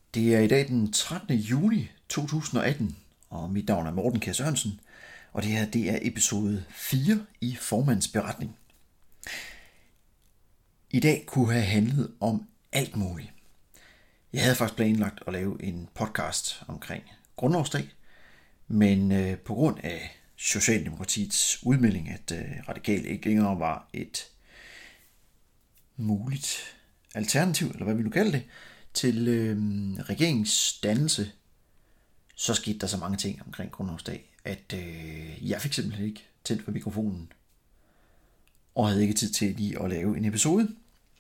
Det er i dag den 13. juni 2018, og mit navn er Morten Kjær Sørensen, og det her det er episode 4 i Formands Beretning. I dag kunne have handlet om alt muligt. Jeg havde faktisk planlagt at lave en podcast omkring Grundlovsdag, men på grund af Socialdemokratiets udmelding, at Radikale ikke længere var et muligt alternativ, eller hvad vi nu kalder det, til regeringsdannelse, så skete der så mange ting omkring Grundlovsdag, at jeg fik simpelthen ikke tændt for mikrofonen, og havde ikke tid til lige at lave en episode.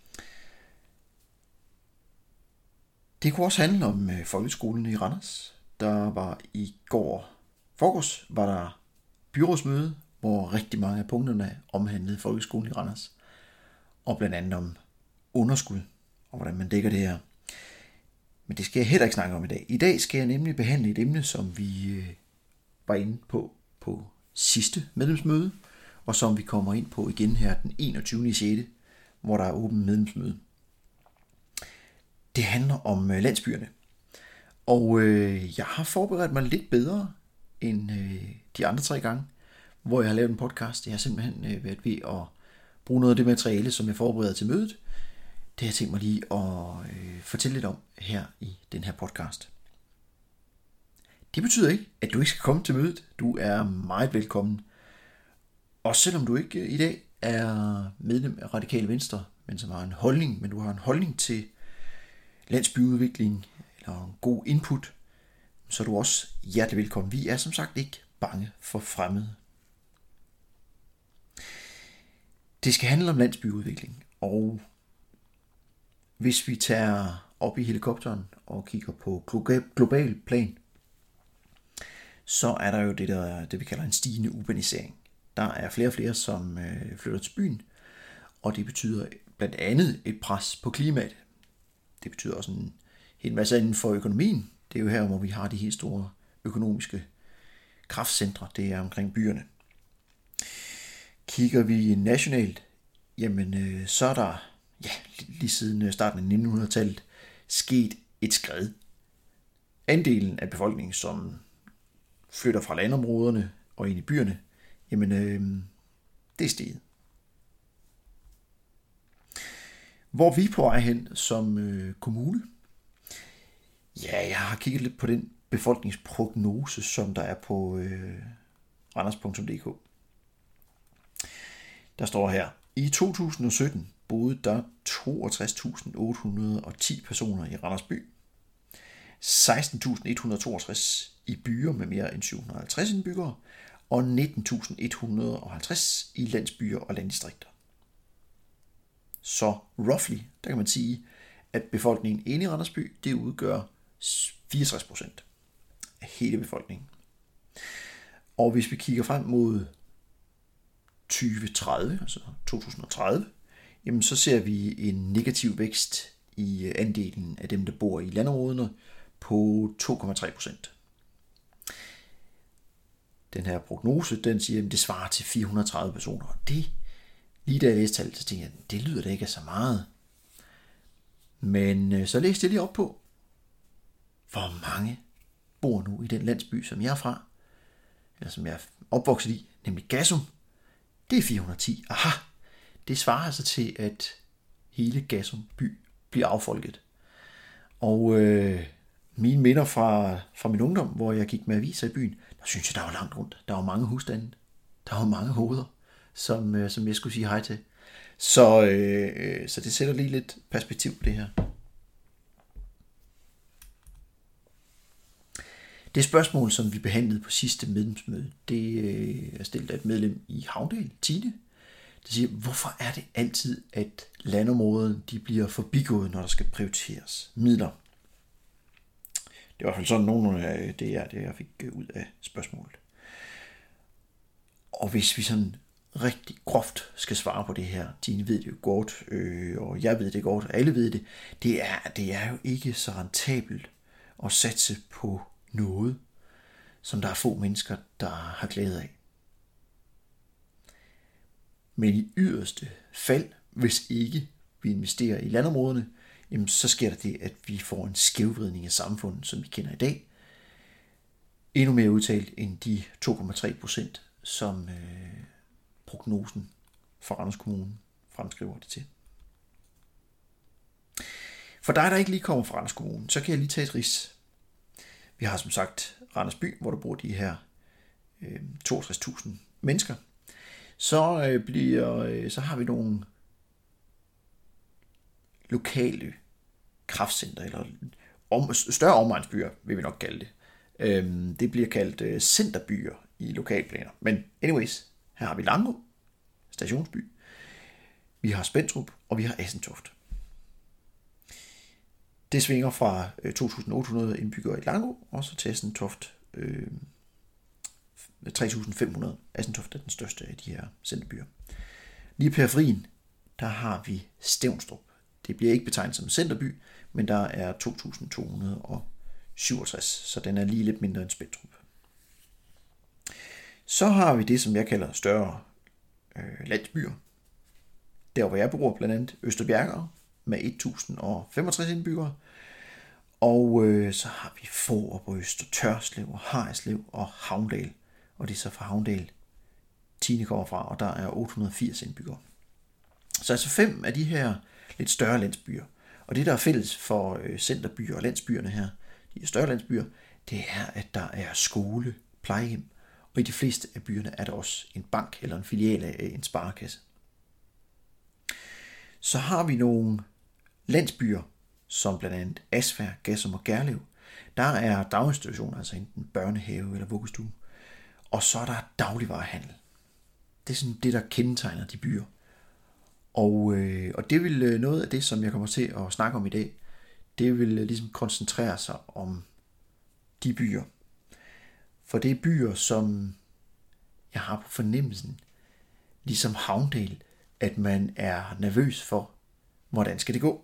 Det kunne også handle om folkeskolen i Randers. Der var i forgårs var der byrådsmøde, hvor rigtig mange af punkterne omhandlede folkeskolen i Randers, og blandt andet om underskud, og hvordan man dækker det her. Men det skal jeg heller ikke snakke om i dag. I dag skal jeg nemlig behandle et emne, som vi var inde på sidste medlemsmøde, og som vi kommer ind på igen her den 21.6., hvor der er åbent medlemsmøde. Det handler om landsbyerne. Og jeg har forberedt mig lidt bedre end de andre 3 gange, hvor jeg har lavet en podcast. Jeg har simpelthen været ved at bruge noget af det materiale, som jeg forbereder til mødet. Det har jeg tænkt mig lige at fortælle lidt om her i den her podcast. Det betyder ikke, at du ikke skal komme til mødet. Du er meget velkommen. Også selvom du ikke i dag er medlem af Radikale Venstre, men som har en holdning, men du har en holdning til landsbyudvikling eller en god input, så er du også hjertelig velkommen. Vi er som sagt ikke bange for fremmede. Det skal handle om landsbyudvikling, og hvis vi tager op i helikopteren og kigger på global plan, så er der jo det vi kalder en stigende urbanisering. Der er flere og flere, som flytter til byen, og det betyder blandt andet et pres på klimaet. Det betyder også en hel masse inden for økonomien. Det er jo her, hvor vi har de helt store økonomiske kraftcentre, det er omkring byerne. Kigger vi nationalt, jamen så er der lige siden starten af 1900-tallet sket et skred. Andelen af befolkningen, som flytter fra landområderne og ind i byerne, jamen det er steget. Hvor er vi på vej hen som kommune? Ja, jeg har kigget lidt på den befolkningsprognose, som der er på randers.dk. Der står her, i 2017 boede der 62.810 personer i Randers by, 16.162 i byer med mere end 750 indbyggere, og 19.150 i landsbyer og landdistrikter. Så roughly, der kan man sige, at befolkningen inde i Randers by, det udgør 64% af hele befolkningen. Og hvis vi kigger frem mod 2030, altså 2030, jamen så ser vi en negativ vækst i andelen af dem, der bor i landområderne på 2,3%. Den her prognose, den siger, at det svarer til 430 personer. Det, lige da jeg læste tallet, så tænkte jeg, det lyder da ikke af så meget. Men så læste jeg lige op på, hvor mange bor nu i den landsby, som jeg er fra, eller som jeg er opvokset i, nemlig Gassum. Det er 410. Aha! Det svarer altså til, at hele Gassum by bliver affolket. Og mine minder fra min ungdom, hvor jeg gik med aviser i byen, der synes jeg, der var langt rundt. Der var mange husstande. Der var mange hoveder, som jeg skulle sige hej til. Så det sætter lige lidt perspektiv på det her. Det spørgsmål, som vi behandlede på sidste medlemsmøde, det er stillet af et medlem i Havndal, Tine. Det siger, hvorfor er det altid, at landområderne de bliver forbigået, når der skal prioriteres midler? Det er i hvert fald sådan nogle af det, jeg fik ud af spørgsmålet. Og hvis vi sådan rigtig groft skal svare på det her, Tine ved det jo godt, og jeg ved det godt, og alle ved det, det er jo ikke så rentabelt at satse på noget, som der er få mennesker, der har glæde af. Men i yderste fald, hvis ikke vi investerer i landområderne, jamen, så sker der det, at vi får en skævvridning af samfundet, som vi kender i dag. Endnu mere udtalt end de 2,3%, som prognosen for Randers Kommune fremskriver det til. For dig, der ikke lige kommer fra Randers Kommune, så kan jeg lige tage et rids. Vi har som sagt Randers by, hvor der bor de her 62.000 mennesker. Så har vi nogle lokale kraftcenter, eller større omegnsbyer, vil vi nok kalde det. Det bliver kaldt centerbyer i lokalplaner. Men anyways, her har vi Langå, stationsby. Vi har Spentrup, og vi har Assentoft. Det svinger fra 2.800 indbyggere i Langå, og så til Assentoft 3.500. Assentoft er den største af de her centerbyer. Lige i periferien, der har vi Stevnstrup. Det bliver ikke betegnet som en centerby, men der er 2.267, så den er lige lidt mindre end Spentrup. Så har vi det, som jeg kalder større landsbyer. Der hvor jeg bor, blandt andet Østerbjergere med 1.065 indbyggere. Og så har vi Fårup og Øster Tørslev og Harreslev og Havndal. Og det er så fra Havndal, Tine kommer fra, og der er 880 indbyggere. Så altså 5 af de her lidt større landsbyer. Og det, der er fælles for centerbyer og landsbyerne her, de større landsbyer, det er, at der er skole, plejehjem, og i de fleste af byerne er der også en bank eller en filial af en sparekasse. Så har vi nogle landsbyer, som blandt andet Asfær, Gassum og Gerlev. Der er daginstitutioner, altså enten børnehave eller vuggestue. Og så er der dagligvarehandel. Det er sådan det, der kendetegner de byer. Og det vil noget af det, som jeg kommer til at snakke om i dag, det vil ligesom koncentrere sig om de byer. For det er byer, som jeg har på fornemmelsen, ligesom Havndal, at man er nervøs for, hvordan skal det gå.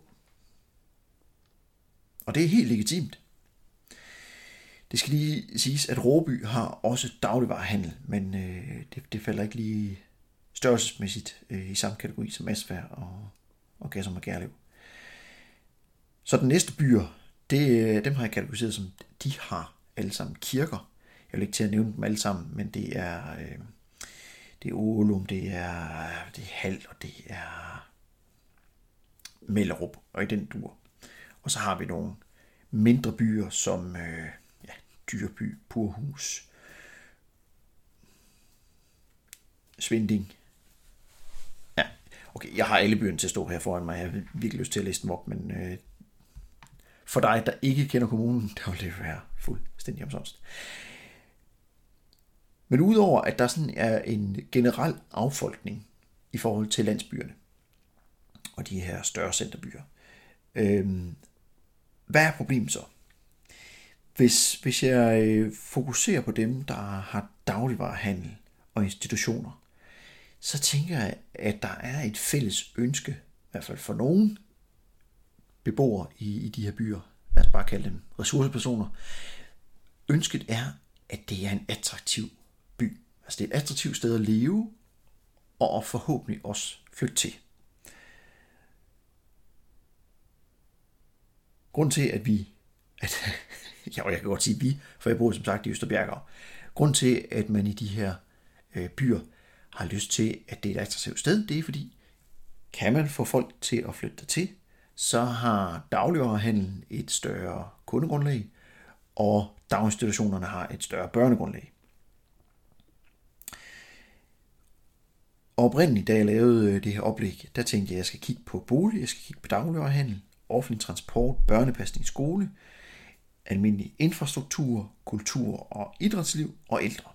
Og det er helt legitimt. Det skal lige siges, at Råby har også dagligvarehandel, men det falder ikke lige størrelsesmæssigt i samme kategori som Asfær og Gassum og Gerlev. Så den næste byer, dem har jeg kategoriseret som, de har alle sammen kirker. Jeg vil ikke til at nævne dem alle sammen, men det er Ålum, det er Hald, og det er Mellerup, og i den dur. Og så har vi nogle mindre byer som Dyrby, Purhus, Svinding. Ja, okay, jeg har alle byerne til at stå her foran mig. Jeg har virkelig lyst til at læse dem op, men for dig, der ikke kender kommunen, der vil det være fuldstændig omsonst. Men udover at der sådan er en generel affolkning i forhold til landsbyerne og de her større centerbyer, hvad er problemet så? Hvis jeg fokuserer på dem, der har dagligvarehandel og institutioner, så tænker jeg, at der er et fælles ønske, i hvert fald for nogle beboere i de her byer, lad os bare kalde dem ressourcepersoner. Ønsket er, at det er en attraktiv by. Altså det er et attraktivt sted at leve, og forhåbentlig også flytte til. Grunden til, at jeg kan godt sige vi, for jeg bor som sagt i Østerbjergere. Grunden til, at man i de her byer har lyst til, at det er et attraktivt sted, det er fordi, kan man få folk til at flytte dertil, så har dagligvarehandlen et større kundegrundlag, og daginstitutionerne har et større børnegrundlag. Og oprindeligt, da jeg lavede det her oplæg, der tænkte jeg, at jeg skal kigge på bolig, jeg skal kigge på dagligvarehandel, offentlig transport, børnepasning, skole, almindelig infrastruktur, kultur og idrætsliv og ældre.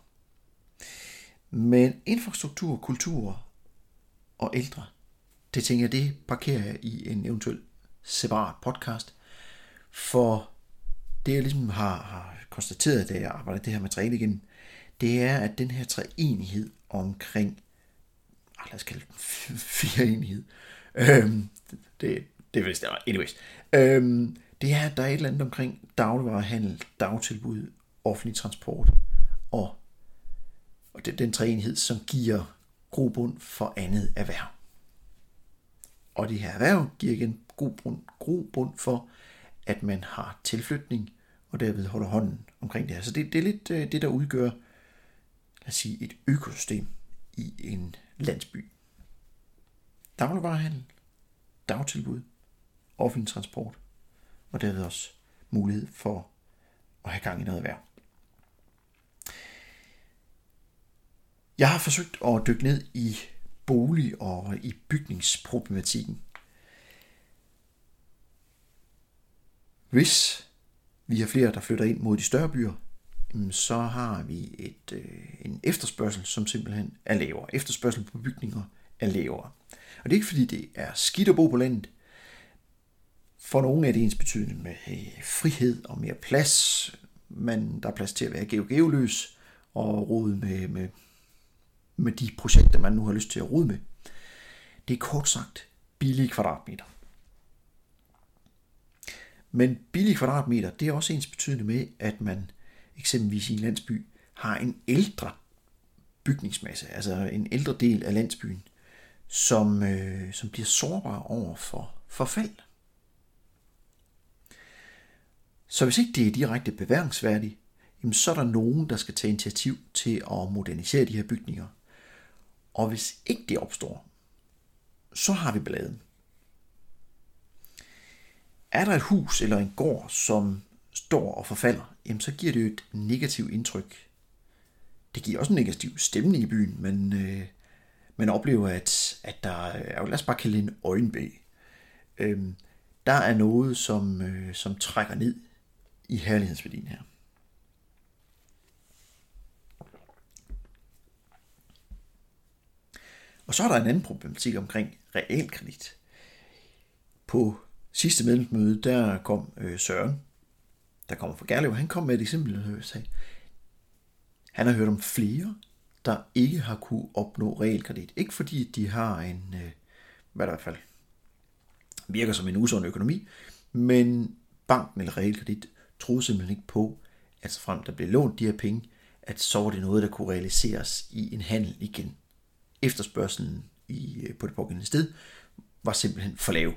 Men infrastruktur, kultur og ældre, det tænker jeg, det parkerer jeg i en eventuel separat podcast, for det jeg ligesom har konstateret, da jeg arbejder det her materiale igennem, det er, at den her treenighed omkring, lad os kalde det fireenighed, det er vist det, anyways, det er, at der er et eller andet omkring dagligvarehandel, dagtilbud, offentlig transport og den treenighed, som giver grobund for andet erhverv. Og det her erhverv giver igen grobund for, at man har tilflytning, og derved holder hånden omkring det her. Så det er lidt det, der udgør, lad os sige, et økosystem i en landsby. Dagligvarehandel, dagtilbud, offentlig transport, og derved også mulighed for at have gang i noget erhverv. Jeg har forsøgt at dykke ned i bolig- og i bygningsproblematikken. Hvis vi har flere, der flytter ind mod de større byer, så har vi en efterspørgsel, som simpelthen er lavere. Efterspørgsel på bygninger er lavere. Og det er ikke fordi, det er skidt at bo på landet. For nogle er det ensbetydende med frihed og mere plads. Men der er plads til at være geoløs og rode med de projekter, man nu har lyst til at rode med. Det er kort sagt billige kvadratmeter. Men billige kvadratmeter, det er også ensbetydende med, at man eksempelvis i en landsby har en ældre bygningsmasse, altså en ældre del af landsbyen, som bliver sårbar over for forfald. Så hvis ikke det er direkte bevaringsværdigt, så er der nogen, der skal tage initiativ til at modernisere de her bygninger. Og hvis ikke det opstår, så har vi balladen. Er der et hus eller en gård, som står og forfalder, så giver det jo et negativt indtryk. Det giver også en negativ stemning i byen, men man oplever, at der er, lad os bare kalde det en øjenbæg. Der er noget, som trækker ned i herlighedsværdien her. Og så er der en anden problematik omkring realkredit. På sidste medlemsmøde, der kom Søren, der kommer fra Gerlev. Han kom med et eksempel, og sagde, han har hørt om flere, der ikke har kunne opnå realkredit. Ikke fordi de har en, hvad der i hvert fald virker som en usund økonomi, men banken eller realkredit troede simpelthen ikke på, at så frem der blev lånt de her penge, at så var det noget, der kunne realiseres i en handel igen. Efterspørgselen på det pågældende sted var simpelthen for lav.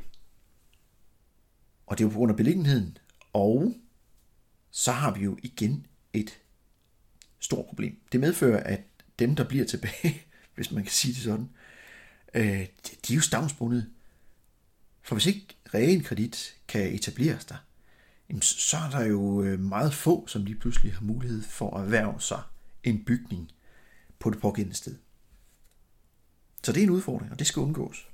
Og det er jo på grund af beliggenheden. Og så har vi jo igen et stort problem. Det medfører, at dem, der bliver tilbage, hvis man kan sige det sådan, de er jo stavnsbundet. For hvis ikke realkredit kan etableres der, så er der jo meget få, som lige pludselig har mulighed for at erhverve sig en bygning på det pågældende sted. Så det er en udfordring, og det skal undgås.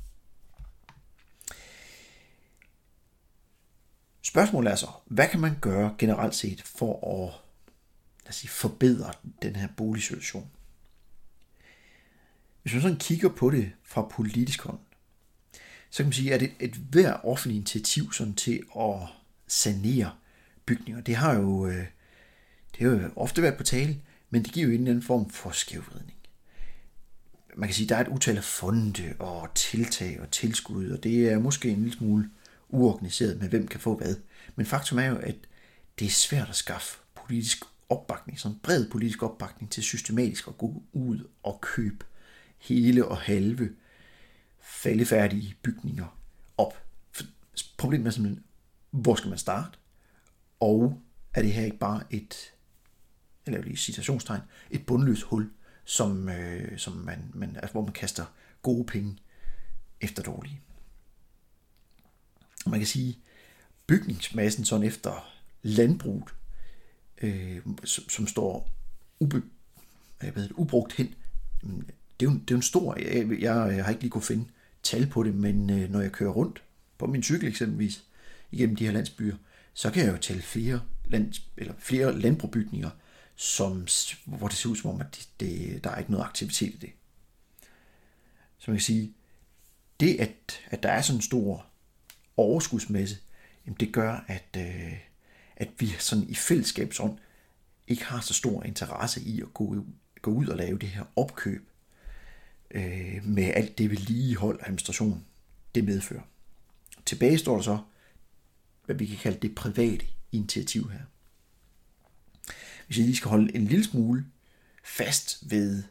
Spørgsmålet er så, hvad kan man gøre generelt set for at, lad os sige, forbedre den her boligsituation? Hvis man sådan kigger på det fra politisk hånd, så kan man sige, at et hver offentligt initiativ sådan til at sanere bygninger, det har jo ofte været på tale, men det giver jo en eller anden form for skævvridning. Man kan sige, at der er et utal af fonde og tiltag og tilskud, og det er måske en lille smule uorganiseret med, hvem kan få hvad. Men faktum er jo, at det er svært at skaffe politisk opbakning, sådan bred politisk opbakning til systematisk at gå ud og købe hele og halve faldefærdige bygninger op. Problemet er simpelthen, hvor skal man starte? Og er det her ikke bare jeg laver lige citationstegn, et bundløst hul, hvor man kaster gode penge efter dårlige. Og man kan sige, bygningsmassen sådan efter landbruget, som står ubrugt hen, det er jo en stor, jeg har ikke lige kunne finde tal på det, men når jeg kører rundt på min cykel eksempelvis igennem de her landsbyer, så kan jeg jo tælle flere landbrugbygninger, hvor det ser ud som om, at der er ikke noget aktivitet i det. Så man kan sige, det at der er sådan en stor overskudsmasse, jamen det gør, at vi sådan i fællesskabsånd ikke har så stor interesse i at gå ud og lave det her opkøb med alt det vedligehold og administration, det medfører. Tilbage står der så, hvad vi kan kalde det private initiativ her. Hvis jeg lige skal holde en lille smule fast ved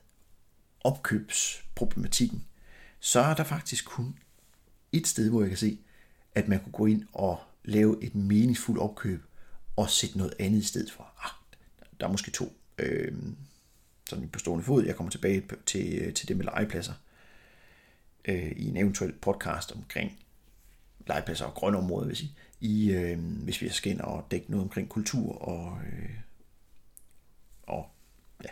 opkøbsproblematikken, så er der faktisk kun et sted, hvor jeg kan se, at man kunne gå ind og lave et meningsfuldt opkøb og sætte noget andet i stedet for. Der er måske 2 sådan på stående fod. Jeg kommer tilbage til det med legepladser i en eventuel podcast omkring legepladser og grønne områder, hvis vi skal ind og dække noget omkring kultur og ja.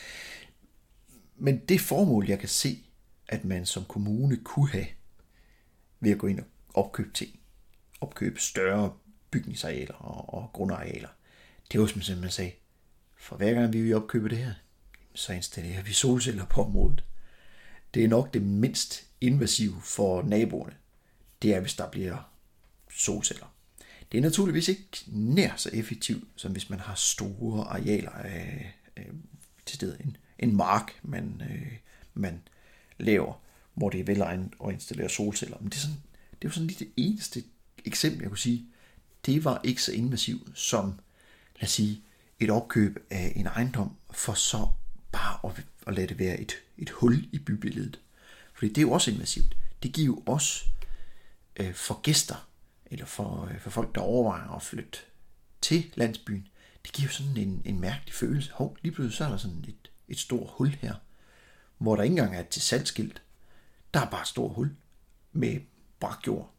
Men det formål, jeg kan se, at man som kommune kunne have ved at gå ind og opkøbe ting, opkøbe større bygningsarealer og grundarealer, det var som man sagde, for hver gang vi vil opkøbe det her, så installerer vi solceller på området. Det er nok det mindst invasive for naboerne. Det er, hvis der bliver solceller. Det er naturligvis ikke nær så effektivt, som hvis man har store arealer til stedet. En mark, man laver, hvor det er velegnet at installere solceller. Men det var sådan lige det eneste eksempel, jeg kunne sige. Det var ikke så invasivt som, lad os sige, et opkøb af en ejendom, for så bare at lade det være et hul i bybilledet. Fordi det er jo også invasivt. Det giver jo også for gæster, eller for folk, der overvejer at flytte til landsbyen, det giver jo sådan en mærkelig følelse. Lige pludselig så er der sådan et stort hul her, hvor der ikke engang er et til salgsskilt. Der er bare et stort hul med bragt jord.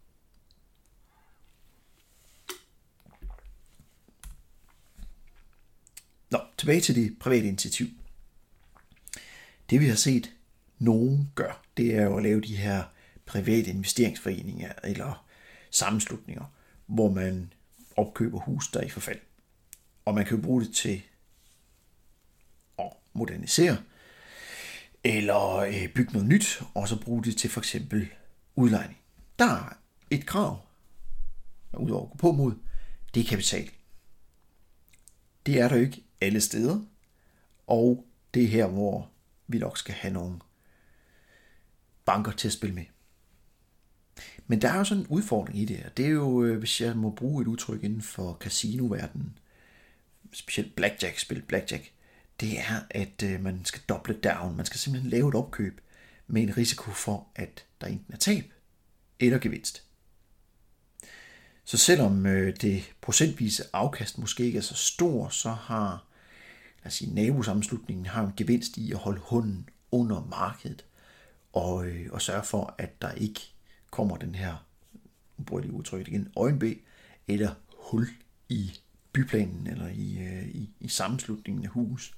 Tilbage til det private initiativ. Det vi har set nogen gør, det er jo at lave de her private investeringsforeninger eller sammenslutninger, hvor man opkøber hus, der er i forfald. Og man kan jo bruge det til at modernisere, eller bygge noget nyt, og så bruge det til for eksempel udlejning. Der er et krav, udover at gå på mod, det er kapital. Det er der jo ikke alle steder, og det er her, hvor vi nok skal have nogle banker til at spille med. Men der er jo sådan en udfordring i det her. Det er jo, hvis jeg må bruge et udtryk inden for casinoverdenen, specielt blackjack, spil blackjack, det er, at man skal doble down. Man skal simpelthen lave et opkøb med en risiko for, at der enten er tab eller gevinst. Så selvom det procentvise afkast måske ikke er så stor, så har, lad os sige, nabosammenslutningen har en gevinst i at holde hånden under markedet og sørge for, at der ikke kommer den her, nu bruger jeg lige udtrykket igen, øjenbæ eller hul i byplanen eller i sammenslutningen af hus.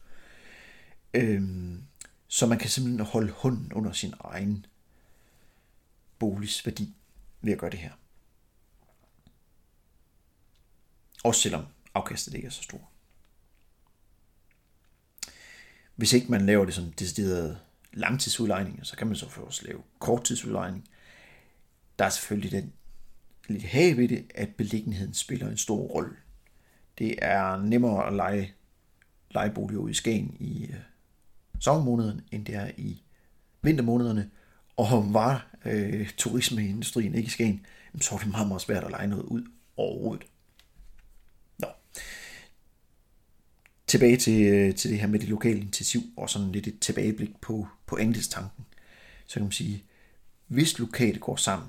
Så man kan simpelthen holde hånden under sin egen boligs værdi ved at gøre det her. Også selvom afkastet ikke er så stort. Hvis ikke man laver det som decideret langtidsudlejning, så kan man så for også lave korttidsudlejning. Der er selvfølgelig den lidt have ved det, at beliggenheden spiller en stor rolle. Det er nemmere at leje boliger ud i Skagen i sommermånederne, end det er i vintermånederne. Og var turismeindustrien ikke i Skagen, så er det meget, meget svært at leje noget ud overhovedet. Tilbage til det her med det lokale initiativ, og sådan lidt et tilbageblik på andelstanken. Så kan man sige, hvis lokale går sammen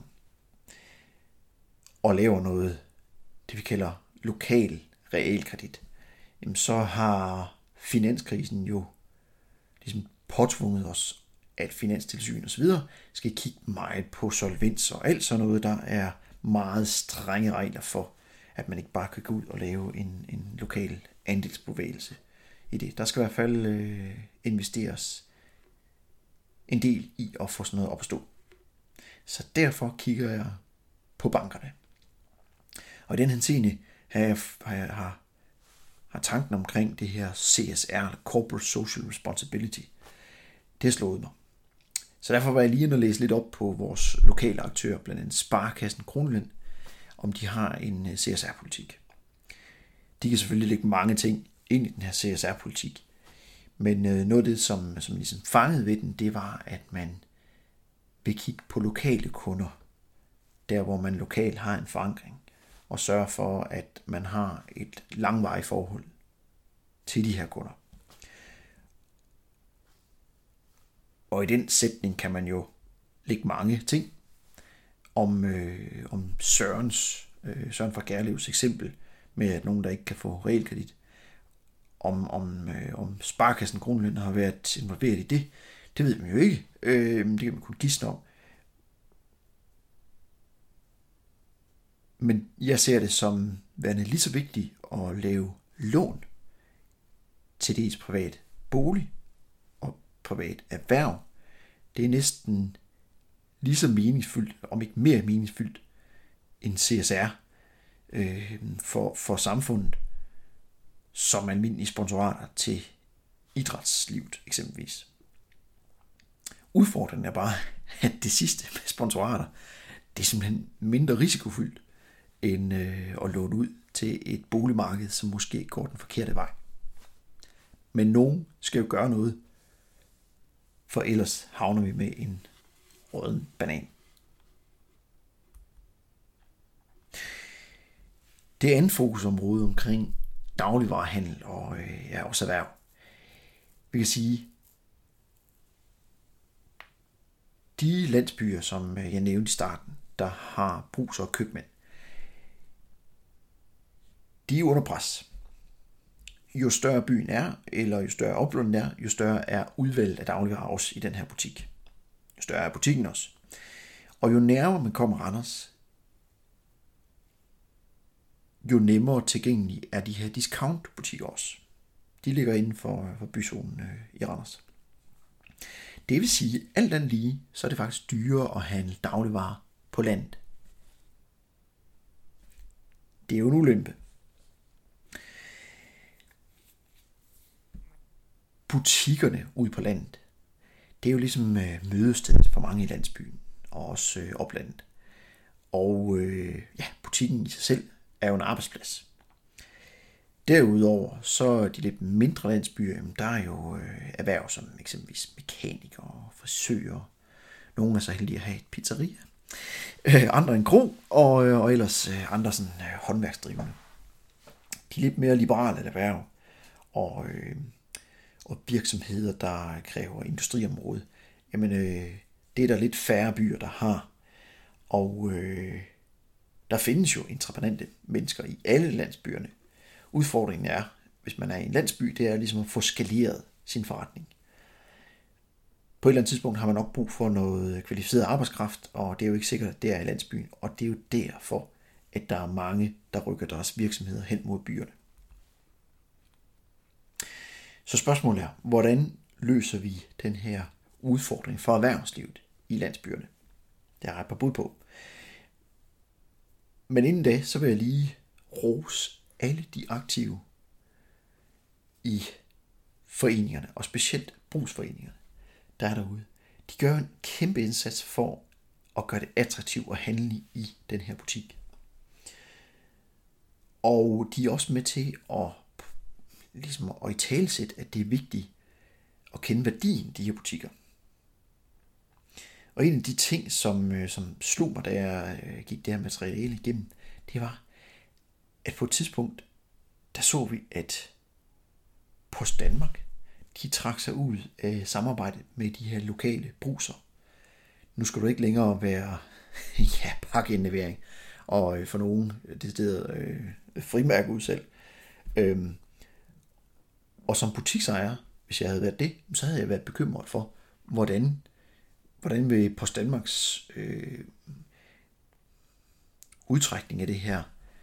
og laver noget, det vi kalder lokal realkredit, jamen så har finanskrisen jo ligesom påtvunget os, at Finanstilsyn og så videre skal kigge meget på solvens og alt sådan noget, der er meget strenge regler for, at man ikke bare kan gå ud og lave en lokal andelsbevægelse i det. Der skal i hvert fald investeres en del i at få sådan noget op at stå. Så derfor kigger jeg på bankerne. Og i den henseende har tanken omkring det her CSR, Corporate Social Responsibility, det har slået mig. Så derfor var jeg lige inde og læse lidt op på vores lokale aktører, blandt andet Sparekassen Kronjylland, om de har en CSR-politik. De kan selvfølgelig lægge mange ting ind i den her CSR-politik, men noget af det, som ligesom fangede ved den, det var, at man vil kigge på lokale kunder, der hvor man lokalt har en forankring, og sørge for, at man har et langvarigt forhold til de her kunder. Og i den sætning kan man jo lægge mange ting, om Søren fra Gerlevs eksempel med, at nogen, der ikke kan få realkredit, om Sparkassen Kronlund har været involveret i det, det ved man jo ikke. Det kan man kun gisne om. Men jeg ser det som værende lige så vigtigt at lave lån til dels privat bolig og privat erhverv. Det er næsten lige så meningsfyldt, om ikke mere meningsfyldt, end CSR for samfundet, som almindelige sponsorater til idrætslivet eksempelvis. Udfordringen er bare, at det sidste med sponsorater, det er simpelthen mindre risikofyldt, end at låne ud til et boligmarked, som måske går den forkerte vej. Men nogen skal jo gøre noget, for ellers havner vi med en rådden banan. Det andet fokusområde omkring dagligvarehandel og også erhverv. Vi kan sige, de landsbyer, som jeg nævnte i starten, der har brugser og købmænd, de er under pres. Jo større byen er, eller jo større oplandet er, jo større er udvalget af dagligvarer også i den her butik. Jo større er butikken også. Og jo nærmere man kommer Randers, jo nemmere tilgængelige er de her discountbutikker også. De ligger inden for byzonen i Randers. Det vil sige, at alt andet lige, så er det faktisk dyrere at handle dagligvarer på landet. Det er jo en ulempe. Butikkerne ude på landet, det er jo ligesom mødestedet for mange i landsbyen, og også oplandet. Og butikken i sig selv er jo en arbejdsplads. Derudover, så de lidt mindre landsbyer, der er jo erhverv som eksempelvis mekanikere, frisører. Nogle er så heldige at have et pizzeria. Andre en kro, og ellers andre sådan håndværksdrivende. De lidt mere liberale erhverv, og virksomheder, der kræver industriområde, jamen det er der lidt færre byer, der har. Og der findes jo entreprenante mennesker i alle landsbyerne. Udfordringen er, hvis man er i en landsby, det er ligesom at få skaleret sin forretning. På et eller andet tidspunkt har man nok brug for noget kvalificeret arbejdskraft, og det er jo ikke sikkert, at det er i landsbyen. Og det er jo derfor, at der er mange, der rykker deres virksomheder hen mod byerne. Så spørgsmålet er, hvordan løser vi den her udfordring for erhvervslivet i landsbyerne? Det har jeg et par bud på. Men inden da, så vil jeg lige rose alle de aktive i foreningerne, og specielt brugsforeningerne, der er derude. De gør en kæmpe indsats for at gøre det attraktivt at handle i den her butik. Og de er også med til at italesætte, at det er vigtigt at kende værdien af de her butikker. Og en af de ting, som slog mig, da jeg gik det her materiale igennem, det var, at på et tidspunkt, der så vi, at Post Danmark, de trak sig ud af samarbejde med de her lokale brugser. Nu skal du ikke længere være pakkeindlevering, og for nogen det sted frimærkeudsalg. Og som butiksejer, hvis jeg havde været det, så havde jeg været bekymret for, hvordan vil Post Danmarks udtrækning af det her,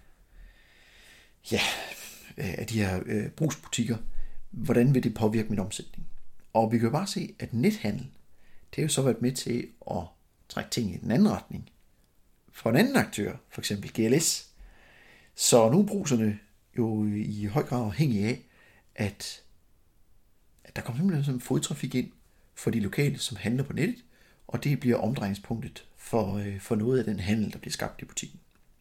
af de her brugsbutikker, hvordan vil det påvirke min omsætning? Og vi kan jo bare se, at nethandel, det har jo så været med til at trække ting i den anden retning. For en anden aktør, for eksempel GLS. Så nu er brugserne jo i høj grad afhængige af, at der kommer simpelthen sådan en fodtrafik ind for de lokale, som handler på nettet, og det bliver omdrejningspunktet for noget af den handel, der bliver skabt i butikken.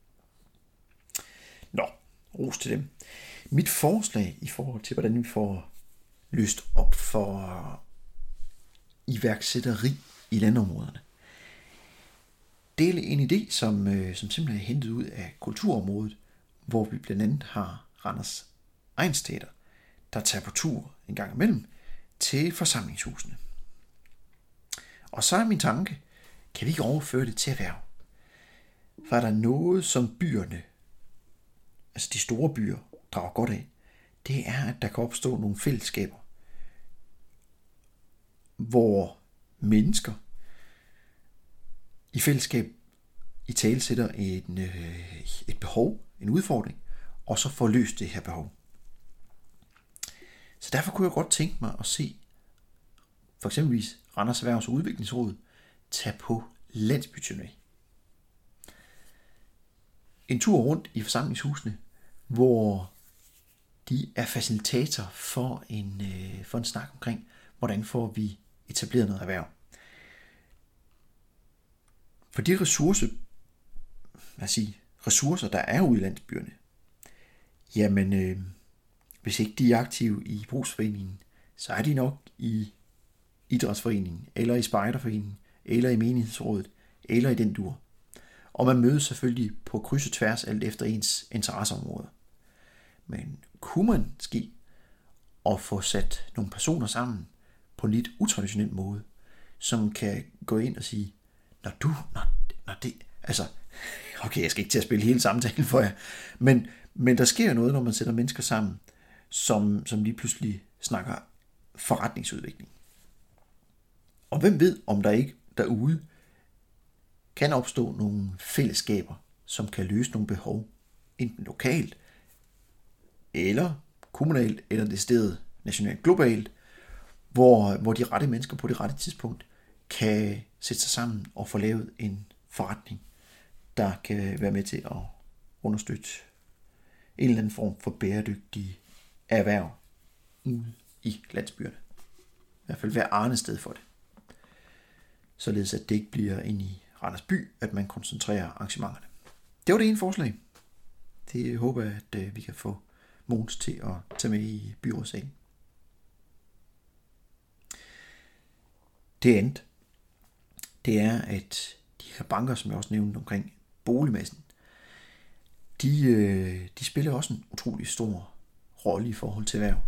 Nå, ros til dem. Mit forslag i forhold til, hvordan vi får løst op for iværksætteri i landområderne, det er en idé, som simpelthen er hentet ud af kulturområdet, hvor vi blandt andet har Randers Egnsteater, der tager på tur en gang imellem til forsamlingshusene. Og så er min tanke, kan vi ikke overføre det til erhverv? For er der noget, som byerne, altså de store byer, drager godt af, det er, at der kan opstå nogle fællesskaber, hvor mennesker i fællesskab italesætter et behov, en udfordring, og så får løst det her behov. Så derfor kunne jeg godt tænke mig at se for eksempelvis Randers Erhvervs- og Udviklingsråd tage på landsbyturné. En tur rundt i forsamlingshusene, hvor de er facilitator for en snak omkring, hvordan får vi etableret noget erhverv. For de ressourcer, der er ude i landsbyerne, jamen, hvis ikke de er aktive i brugsforeningen, så er de nok i idrætsforeningen, eller i spejderforeningen, eller i menighedsrådet, eller i den dur. Og man mødes selvfølgelig på kryds og tværs alt efter ens interesseområder. Men kunne man ske at få sat nogle personer sammen på en lidt utraditionel måde, som kan gå ind og sige, når det, altså, okay, jeg skal ikke til at spille hele samtalen for jer, men der sker noget, når man sætter mennesker sammen, som lige pludselig snakker forretningsudvikling. Og hvem ved, om der ikke derude kan opstå nogle fællesskaber, som kan løse nogle behov, enten lokalt, eller kommunalt, eller det sted nationalt globalt, hvor de rette mennesker på det rette tidspunkt kan sætte sig sammen og få lavet en forretning, der kan være med til at understøtte en eller anden form for bæredygtig erhverv ude i landsbyerne. I hvert fald være arnested for det. Således at det ikke bliver inde i Randers by, at man koncentrerer arrangementerne. Det var det ene forslag. Det håber jeg, at vi kan få Mogens til at tage med i byrådssalen. Det andet, det er, at de her banker, som jeg også nævnte omkring boligmassen, de spiller også en utrolig stor rolle i forhold til erhverv.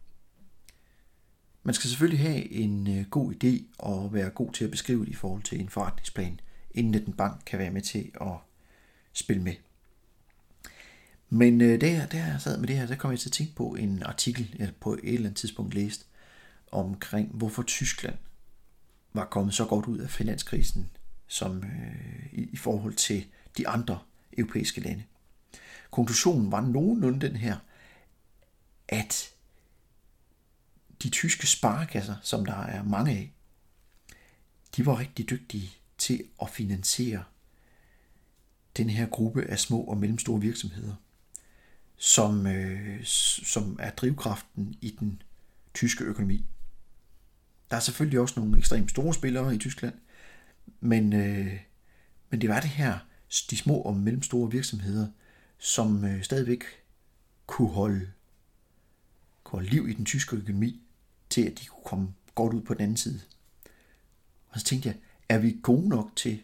Man skal selvfølgelig have en god idé og være god til at beskrive det i forhold til en forretningsplan, inden at en bank kan være med til at spille med. Men da jeg sad med det her, der kom jeg til at tænke på en artikel, jeg på et eller andet tidspunkt læst, omkring hvorfor Tyskland var kommet så godt ud af finanskrisen som i forhold til de andre europæiske lande. Konklusionen var nogenlunde den her, at de tyske sparekasser, som der er mange af, de var rigtig dygtige til at finansiere den her gruppe af små og mellemstore virksomheder, som er drivkraften i den tyske økonomi. Der er selvfølgelig også nogle ekstremt store spillere i Tyskland, men det var det her, de små og mellemstore virksomheder, som stadigvæk kunne holde liv i den tyske økonomi, til at de kunne komme godt ud på den anden side. Og så tænkte jeg, er vi gode nok til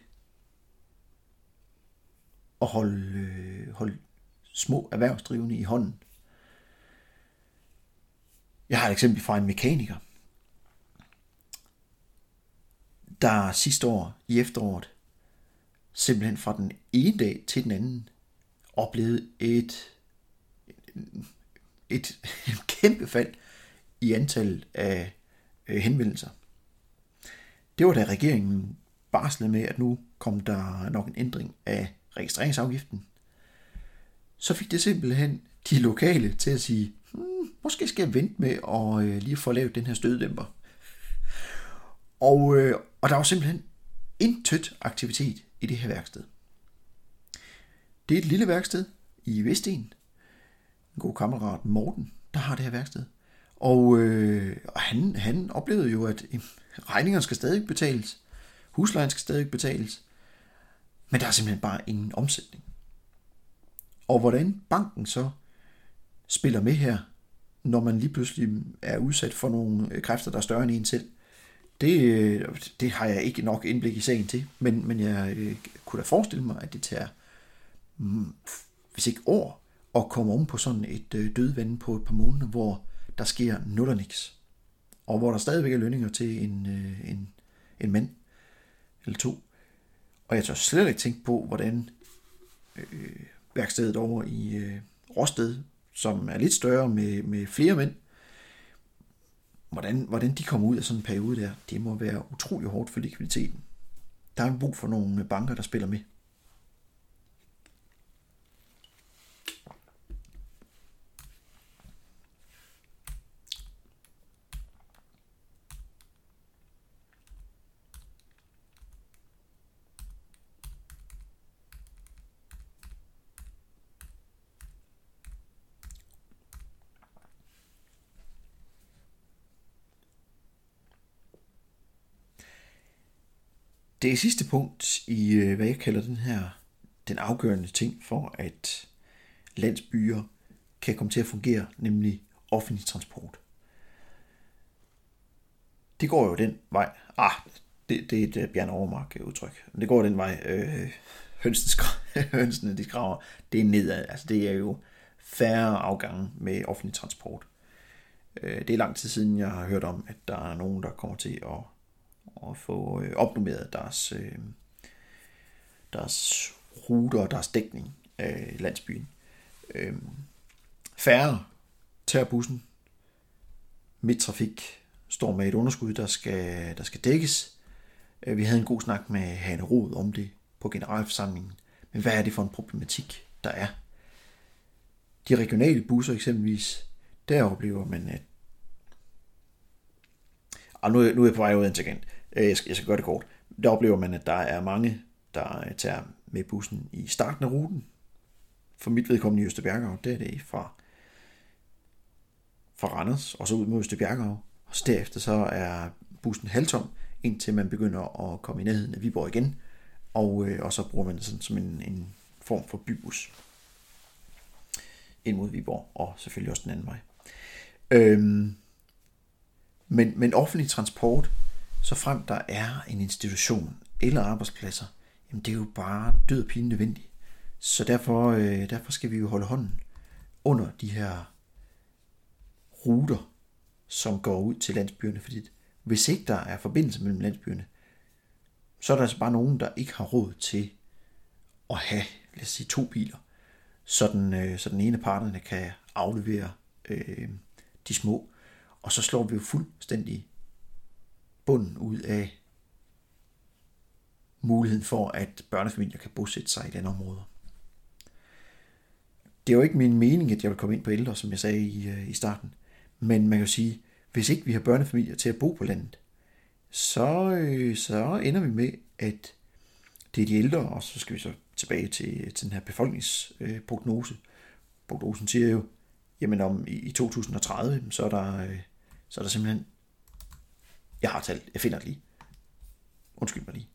at holde små erhvervsdrivende i hånden? Jeg har et eksempel fra en mekaniker, der sidste år i efteråret, simpelthen fra den ene dag til den anden, oplevede et kæmpe fald i antallet af henvendelser. Det var da regeringen barslede med, at nu kom der nok en ændring af registreringsafgiften. Så fik det simpelthen de lokale til at sige, måske skal jeg vente med at lige få lavet den her støddæmper. Og der var simpelthen intet aktivitet i det her værksted. Det er et lille værksted i Vestend. En god kammerat Morten, der har det her værksted. Og han oplevede jo, at regningerne skal stadig betales. Huslejen skal stadig betales. Men der er simpelthen bare ingen omsætning. Og hvordan banken så spiller med her, når man lige pludselig er udsat for nogle kræfter, der er større end en selv, det har jeg ikke nok indblik i sagen til. Men jeg kunne da forestille mig, at det tager, hvis ikke år, at komme om på sådan et dødvande på et par måneder, hvor der sker nul og niks. Og hvor der stadigvæk er lønninger til en mand eller to. Og jeg tør slet ikke tænke på, hvordan værkstedet over i Råsted, som er lidt større med flere mænd. Hvordan de kommer ud af sådan en periode der, det må være utrolig hårdt for likviditeten. Der er brug for nogle banker, der spiller med. Det sidste punkt i, hvad jeg kalder den afgørende ting for, at landsbyer kan komme til at fungere, nemlig offentlig transport. Det går jo den vej. Det er et Bjarne Overmark udtryk. Det går den vej. Hønsene, de graver. Det er nedad. Altså, det er jo færre afgange med offentlig transport. Det er lang tid siden, jeg har hørt om, at der er nogen, der kommer til at få opnummeret deres ruter og deres dækning af landsbyen. Færre tager bussen. Midttrafik står med et underskud, der skal dækkes. Vi havde en god snak med Hanne Rod om det på generalforsamlingen. Men hvad er det for en problematik, der er? De regionale busser eksempelvis, der oplever man, at nu er jeg på vej ud af en tangent. Jeg skal gøre det kort. Der oplever man, at der er mange, der tager med bussen i starten af ruten. For mit vedkommende i Østerbjerghav, der er det fra Randers og så ud mod Østerbjerghav. Og så derefter så er bussen halvtom, indtil man begynder at komme i nærheden af Viborg igen. Og så bruger man det sådan som en form for bybus ind mod Viborg, og selvfølgelig også den anden vej. Men offentlig transport, så frem der er en institution eller arbejdspladser, jamen det er jo bare død og pine nødvendigt. Så derfor skal vi jo holde hånden under de her ruter, som går ud til landsbyerne, fordi hvis ikke der er forbindelse mellem landsbyerne, så er der altså bare nogen, der ikke har råd til at have, lad os sige, 2 biler, så den ene af parterne kan aflevere de små, og så slår vi jo fuldstændig bunden ud af muligheden for, at børnefamilier kan bosætte sig i den område. Det er jo ikke min mening, at jeg vil komme ind på ældre, som jeg sagde i starten, men man kan jo sige, hvis ikke vi har børnefamilier til at bo på landet, så ender vi med, at det er de ældre, og så skal vi så tilbage til den her befolkningsprognose. Prognosen siger jo, jamen i 2030, så er der simpelthen, jeg har talt, jeg finder det lige. Undskyld mig lige.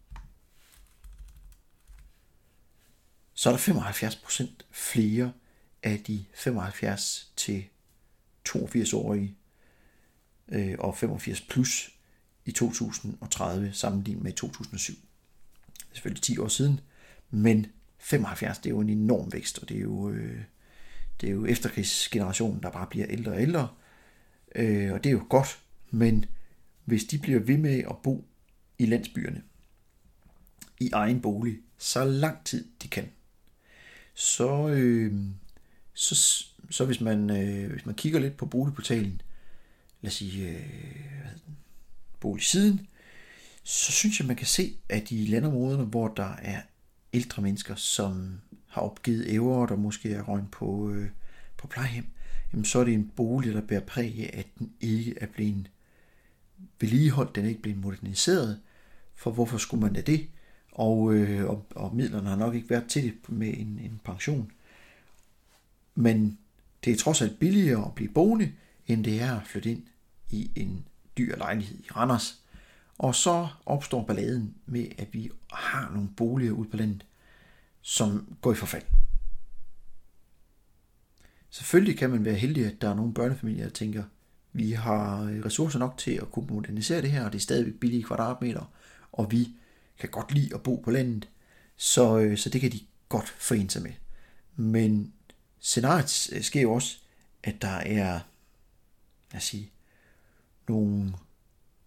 Så er der 75% flere af de 75 til 82-årige og 85 plus i 2030 sammenlignet med 2007. Det er selvfølgelig 10 år siden, men 75, det er jo en enorm vækst, og det er jo efterkrigsgenerationen, der bare bliver ældre og ældre, og det er jo godt, men hvis de bliver ved med at bo i landsbyerne, i egen bolig, så lang tid de kan, så hvis man kigger lidt på boligportalen, lad os sige boligsiden, så synes jeg, man kan se, at i landområderne, hvor der er ældre mennesker, som har opgivet æver, der måske er røgnet på plejehjem, jamen så er det en bolig, der bærer præg af, at den ikke er blevet vedligeholdt, den er ikke blevet moderniseret, for hvorfor skulle man da det? Og midlerne har nok ikke været til det med en pension. Men det er trods alt billigere at blive boende, end det er at flytte ind i en dyr lejlighed i Randers. Og så opstår balladen med, at vi har nogle boliger ude på landet, som går i forfald. Selvfølgelig kan man være heldig, at der er nogle børnefamilier, der tænker, vi har ressourcer nok til at kunne modernisere det her, og det er stadigvæk billige kvadratmeter, og vi kan godt lide at bo på landet, så det kan de godt forene sig med. Men scenariet sker jo også, at der er, lad os sige, nogle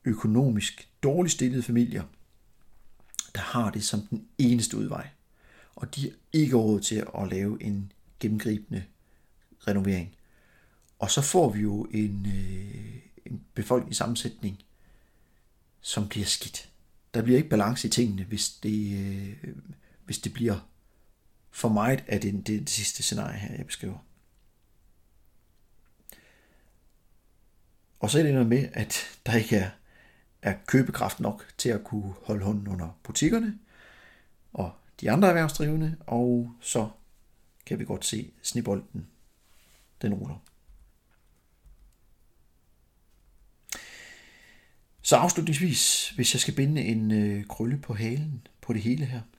økonomisk dårligt stillede familier, der har det som den eneste udvej. og de er ikke råd til at lave en gennemgribende renovering. Og så får vi jo en befolkningssammensætning, som bliver skidt. Der bliver ikke balance i tingene, hvis det bliver for meget af det sidste scenarie her, jeg beskriver. Og så er det noget med, at der ikke er købekraft nok til at kunne holde hånden under butikkerne og de andre erhvervsdrivende, og så kan vi godt se snebolden, den ruller. Så afslutningsvis, hvis jeg skal binde en krølle på halen på det hele her,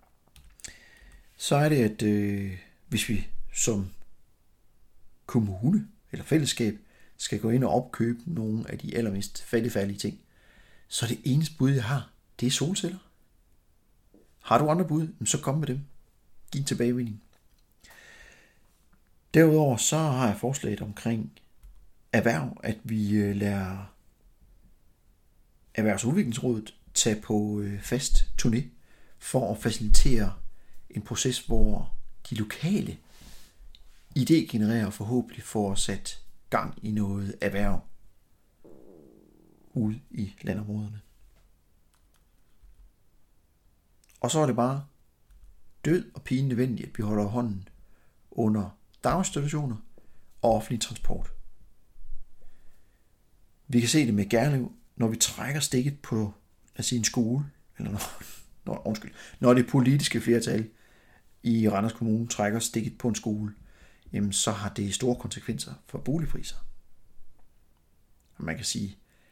så er det, at hvis vi som kommune eller fællesskab skal gå ind og opkøbe nogle af de allermest faldefærdige ting, så det eneste bud, jeg har, det er solceller. Har du andre bud, så kom med dem. Giv en tilbagevinding. Derudover så har jeg forslaget omkring erhverv, at vi lader Erhvervsudviklingsrådet tage på fast turné for at facilitere en proces, hvor de lokale idégenererer forhåbentlig får sat gang i noget erhverv ude i landområderne. Og så er det bare død og pine nødvendigt, at vi holder hånden under daginstitutioner og offentlig transport. Vi kan se det med Gerlev, når vi trækker stikket på, lad os sige, en skole, eller når det politiske flertal i Randers Kommune trækker stikket på en skole, jamen så har det store konsekvenser for boligpriser. Og man kan sige,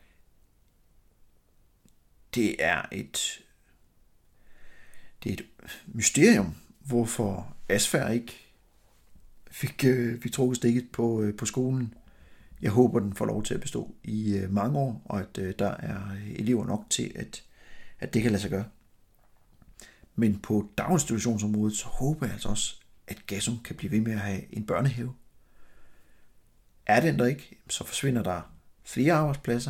det er et mysterium, hvorfor Asfær ikke fik trukket stikket på skolen. Jeg håber, den får lov til at bestå i mange år, og at der er elever nok til, at det kan lade sig gøre. Men på daginstitutionsområdet, så håber jeg altså også, at Gassum kan blive ved med at have en børnehave. Er den der ikke, så forsvinder der flere arbejdspladser,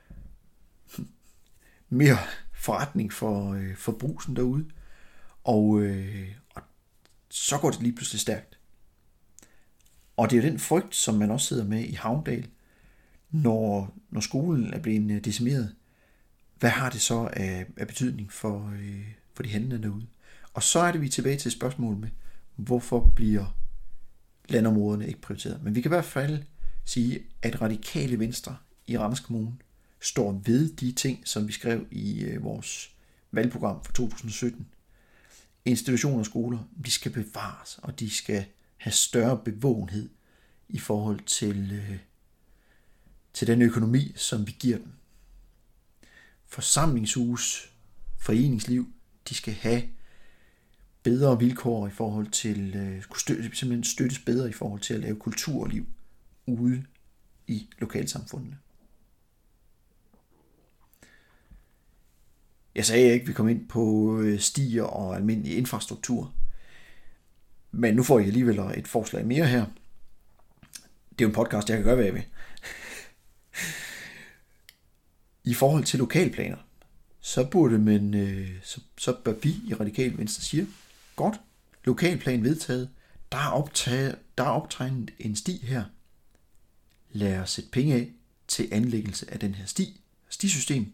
mere forretning for Brugsen derude, og så går det lige pludselig stærkt. Og det er jo den frygt, som man også sidder med i Havndal, når skolen er blevet decimeret. Hvad har det så af betydning for de handlende derude? Og så er det vi tilbage til spørgsmålet med, hvorfor bliver landområderne ikke prioriteret? Men vi kan i hvert fald sige, at Radikale Venstre i Randers Kommune står ved de ting, som vi skrev i vores valgprogram for 2017. Institutioner og skoler, de skal bevares, og de skal have større bevågenhed i forhold til den økonomi, som vi giver dem. Forsamlingshus, foreningsliv, de skal have bedre vilkår i forhold til, simpelthen støttes bedre i forhold til at lave kulturliv ude i lokalsamfundene. Jeg sagde ikke, at vi kom ind på stier og almindelig infrastruktur, men nu får I alligevel et forslag mere her. Det er jo en podcast, jeg kan gøre, hvad jeg vil. I forhold til lokalplaner, så bør vi i Radikale Venstre sige, godt, lokalplan vedtaget, der er optegnet en sti her. Lad os sætte penge af til anlæggelse af den her stisystem.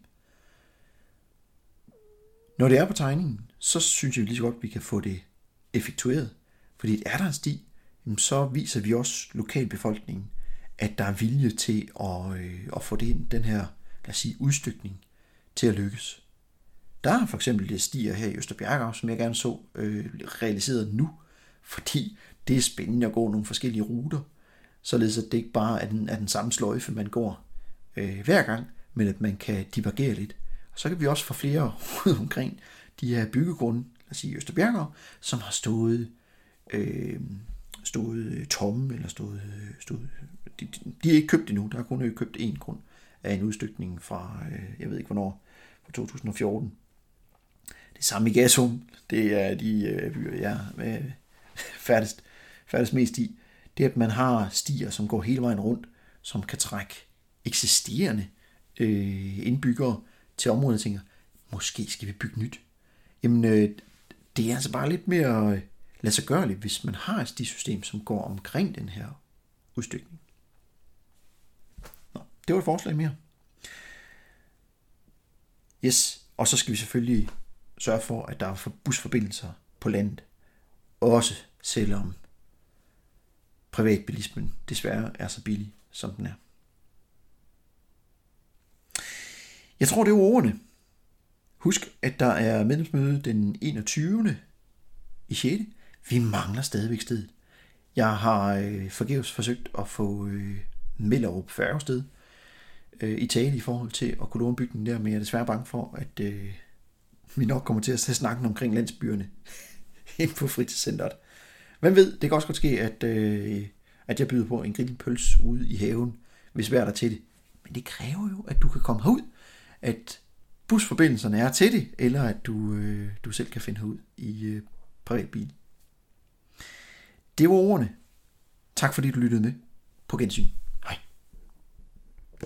Når det er på tegningen, så synes jeg lige så godt, at vi kan få det effektueret. Fordi er der en sti, så viser vi også lokalbefolkningen, at der er vilje til at få den her, lad os sige, udstykning til at lykkes. Der er for eksempel det stier her i Østerbjerg, som jeg gerne så realiseret nu, fordi det er spændende at gå nogle forskellige ruter, således at det ikke bare er den samme sløjfe, man går hver gang, men at man kan divergere lidt. Og så kan vi også få flere omkring de her byggegrunde, lad os sige Østerbjerg, som har stået tomme, eller de er ikke købt endnu. Der er kun købt én grund af en udstykning fra, jeg ved ikke hvornår, fra 2014. Det samme i Gassum, det er de byer, jeg færdes mest i. Det er, at man har stier, som går hele vejen rundt, som kan trække eksisterende indbyggere til området og tænker, måske skal vi bygge nyt. Jamen, det er altså bare lidt mere lade sig gøre, hvis man har et stisystem, som går omkring den her udstykning. Nå, det var et forslag mere. Yes, og så skal vi selvfølgelig sørge for, at der er busforbindelser på landet. Også selvom privatbilismen desværre er så billig, som den er. Jeg tror, det er ordene. Husk, at der er medlemsmøde den 21. i 6. Vi mangler stadigvæk stedet. Jeg har forgæves forsøgt at få Mellerup Færgested i tale i forhold til at kunne låne bygningen der, men jeg er desværre bange for, at vi nok kommer til at snakke omkring landsbyerne ind på fritidscenteret. Hvem ved, det kan også godt ske, at jeg byder på en grillpøls ude i haven, hvis vejret er til det. Men det kræver jo, at du kan komme herud, at busforbindelserne er til det, eller at du selv kan finde herud i privatbil. Det var ordene. Tak fordi du lyttede med. På gensyn.